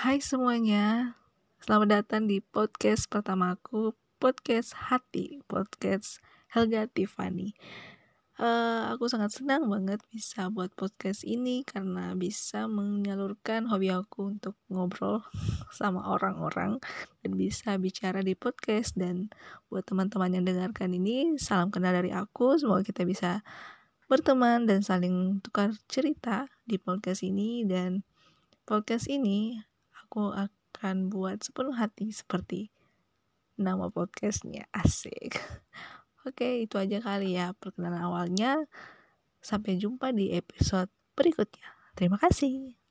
Hai semuanya, selamat datang di podcast pertamaku, podcast hati, podcast Helga Tiffany. Aku sangat senang banget bisa buat podcast ini karena bisa menyalurkan hobi aku untuk ngobrol sama orang-orang dan bisa bicara di podcast. Dan buat teman-teman yang dengarkan ini, salam kenal dari aku. Semoga kita bisa berteman dan saling tukar cerita di podcast ini. Dan podcast ini aku akan buat sepenuh hati seperti nama podcastnya, asik. Oke, itu aja kali ya perkenalan awalnya. Sampai jumpa di episode berikutnya. Terima kasih.